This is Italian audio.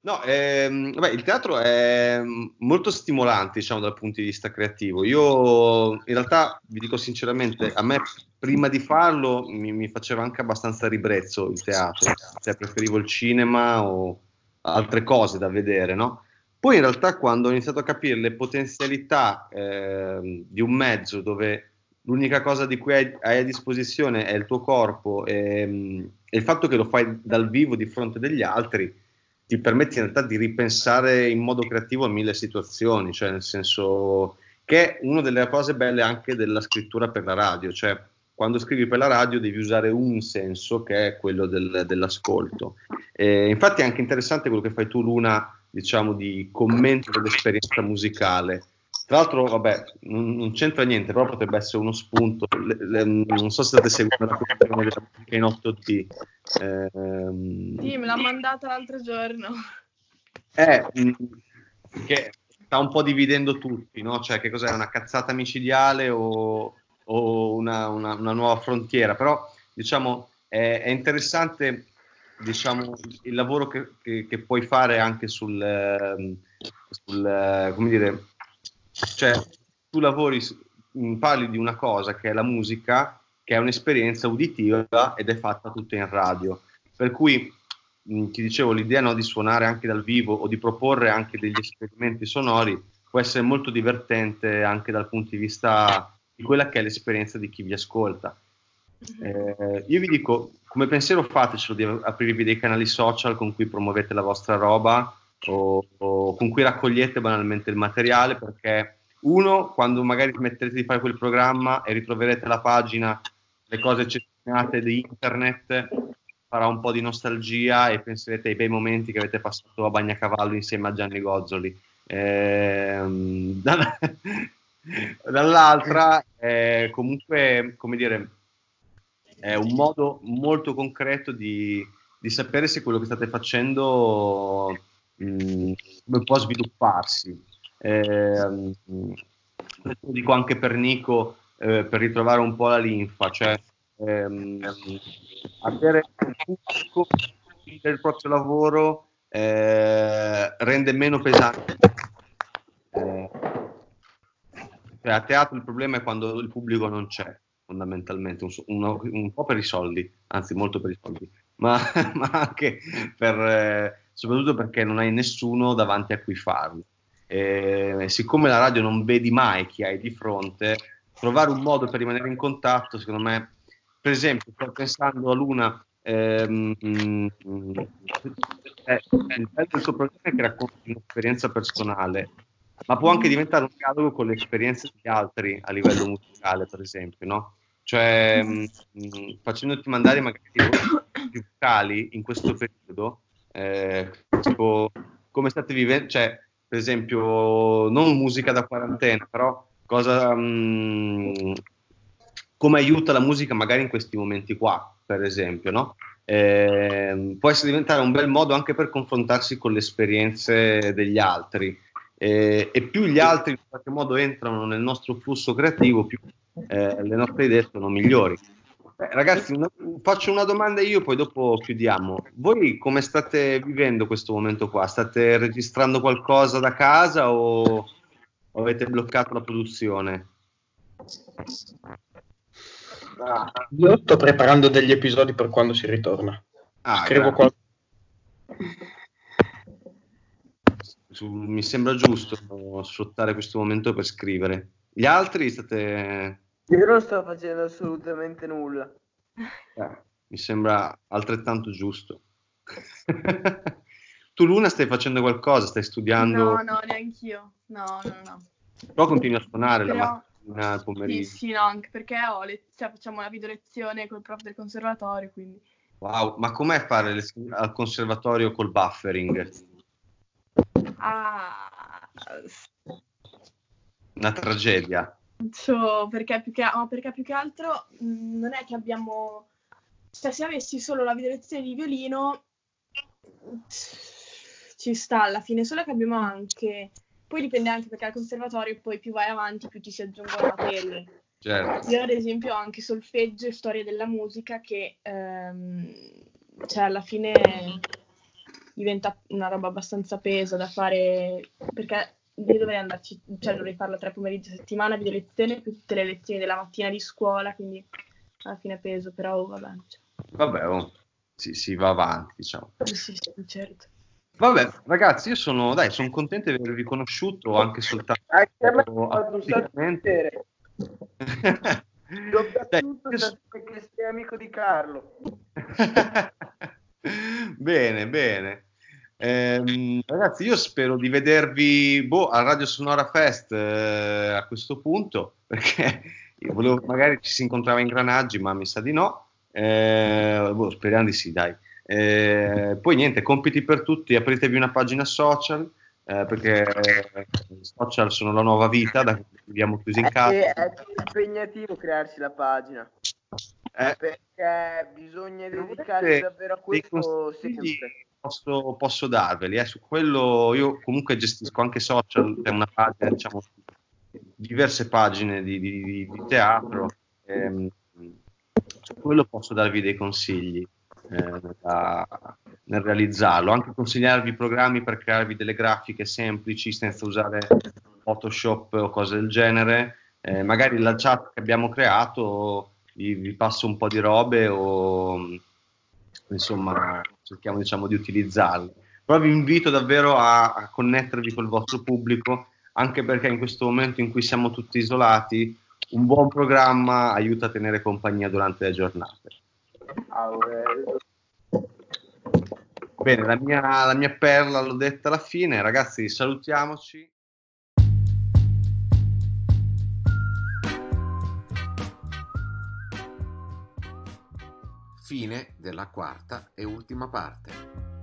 No, vabbè, il teatro è molto stimolante, diciamo, dal punto di vista creativo. Io, in realtà, vi dico sinceramente, a me prima di farlo mi faceva anche abbastanza ribrezzo il teatro, cioè preferivo il cinema o altre cose da vedere, no? Poi in realtà quando ho iniziato a capire le potenzialità di un mezzo dove l'unica cosa di cui hai a disposizione è il tuo corpo e il fatto che lo fai dal vivo di fronte degli altri ti permette in realtà di ripensare in modo creativo a mille situazioni, cioè nel senso che è una delle cose belle anche della scrittura per la radio, cioè quando scrivi per la radio devi usare un senso che è quello dell'ascolto. Infatti è anche interessante quello che fai tu, Luna, diciamo di commento dell'esperienza musicale. Tra l'altro, vabbè, non c'entra niente, però potrebbe essere uno spunto. Non so se state seguendo la questione della musica in 8D. Sì, me l'ha mandata l'altro giorno. Che sta un po' dividendo tutti, no? Cioè, che cos'è, una cazzata micidiale o una nuova frontiera? Però, diciamo, è interessante, diciamo, il lavoro che puoi fare anche come dire, cioè, tu parli di una cosa che è la musica, che è un'esperienza uditiva ed è fatta tutta in radio. Per cui ti dicevo, l'idea, no, di suonare anche dal vivo o di proporre anche degli esperimenti sonori può essere molto divertente anche dal punto di vista di quella che è l'esperienza di chi vi ascolta. Io vi dico, come pensiero fatecelo di aprirvi dei canali social con cui promuovete la vostra roba o con cui raccogliete banalmente il materiale, perché uno, quando magari smetterete di fare quel programma e ritroverete la pagina, le cose cestinate di internet, farà un po' di nostalgia e penserete ai bei momenti che avete passato a Bagnacavallo insieme a Gianni Gozzoli. Dall'altra, comunque, come dire, è un modo molto concreto di sapere se quello che state facendo come può svilupparsi. Questo lo dico anche per Nico, per ritrovare un po' la linfa, cioè avere un pubblico del proprio lavoro rende meno pesante. Cioè, a teatro il problema è quando il pubblico non c'è, fondamentalmente, un po' per i soldi, anzi molto per i soldi, ma anche soprattutto perché non hai nessuno davanti a cui farlo. Siccome la radio non vedi mai chi hai di fronte, trovare un modo per rimanere in contatto, secondo me, per esempio, sto pensando a Luna, il bello del suo programma è che racconta un'esperienza personale, ma può anche diventare un dialogo con le esperienze degli altri a livello musicale, per esempio, no? Cioè, facendoti mandare magari dei vocali in questo periodo, tipo, come state vivendo, cioè, per esempio, non musica da quarantena, però come aiuta la musica magari in questi momenti qua, per esempio, no? Può essere diventare un bel modo anche per confrontarsi con le esperienze degli altri. E più gli altri in qualche modo entrano nel nostro flusso creativo, più le nostre idee sono migliori. Ragazzi, faccio una domanda io, poi dopo chiudiamo. Voi come state vivendo questo momento qua? State registrando qualcosa da casa o avete bloccato la produzione? Io sto preparando degli episodi per quando si ritorna. Scrivo qualcosa. Mi sembra giusto sfruttare questo momento per scrivere. Gli altri state... Io non sto facendo assolutamente nulla. Mi sembra altrettanto giusto. Tu, Luna, stai facendo qualcosa? Stai studiando? No, neanch'io. No. Però continui a suonare la mattina, il pomeriggio. Sì, no, anche perché facciamo la video lezione col prof del conservatorio, quindi... Wow, ma com'è fare al conservatorio col buffering? Una tragedia. Perché più che altro non è che abbiamo... Cioè, se avessi solo la video lezione di violino ci sta alla fine, solo che abbiamo anche... Poi dipende anche perché al conservatorio poi più vai avanti più ti si aggiungono materie. Certo. Io ad esempio ho anche solfeggio e storia della musica che cioè alla fine diventa una roba abbastanza pesa da fare, perché io dovrei andarci, cioè dovrei farlo 3 pomeriggi a settimana, video lezione, più tutte le lezioni della mattina di scuola, quindi alla fine peso, però vabbè. Cioè. Vabbè, si va avanti, diciamo. Sì, certo. Vabbè, ragazzi, io sono contento di avervi conosciuto anche soltanto praticamente. Soprattutto perché sei amico di Carlo. Bene. Ragazzi, io spero di vedervi al Radio Sonora Fest a questo punto, perché io volevo, magari ci si incontrava in Granaggi, ma mi sa di no. Speriamo di sì, dai. Poi niente, compiti per tutti, apritevi una pagina social, perché i social sono la nuova vita da cui viviamo chiusi in casa. È impegnativo crearsi la pagina, perché bisogna dedicarsi davvero a questo sempre. Posso darveli, su quello io comunque gestisco anche social, è una pagina, diciamo, diverse pagine di teatro, su quello posso darvi dei consigli nel realizzarlo, anche consigliarvi programmi per crearvi delle grafiche semplici senza usare Photoshop o cose del genere. Magari la chat che abbiamo creato vi passo un po' di robe o insomma cerchiamo, diciamo, di utilizzarle. Però vi invito davvero a connettervi col vostro pubblico, anche perché in questo momento in cui siamo tutti isolati un buon programma aiuta a tenere compagnia durante le giornate. Bene, la mia perla l'ho detta alla fine, ragazzi, salutiamoci. Fine della quarta e ultima parte.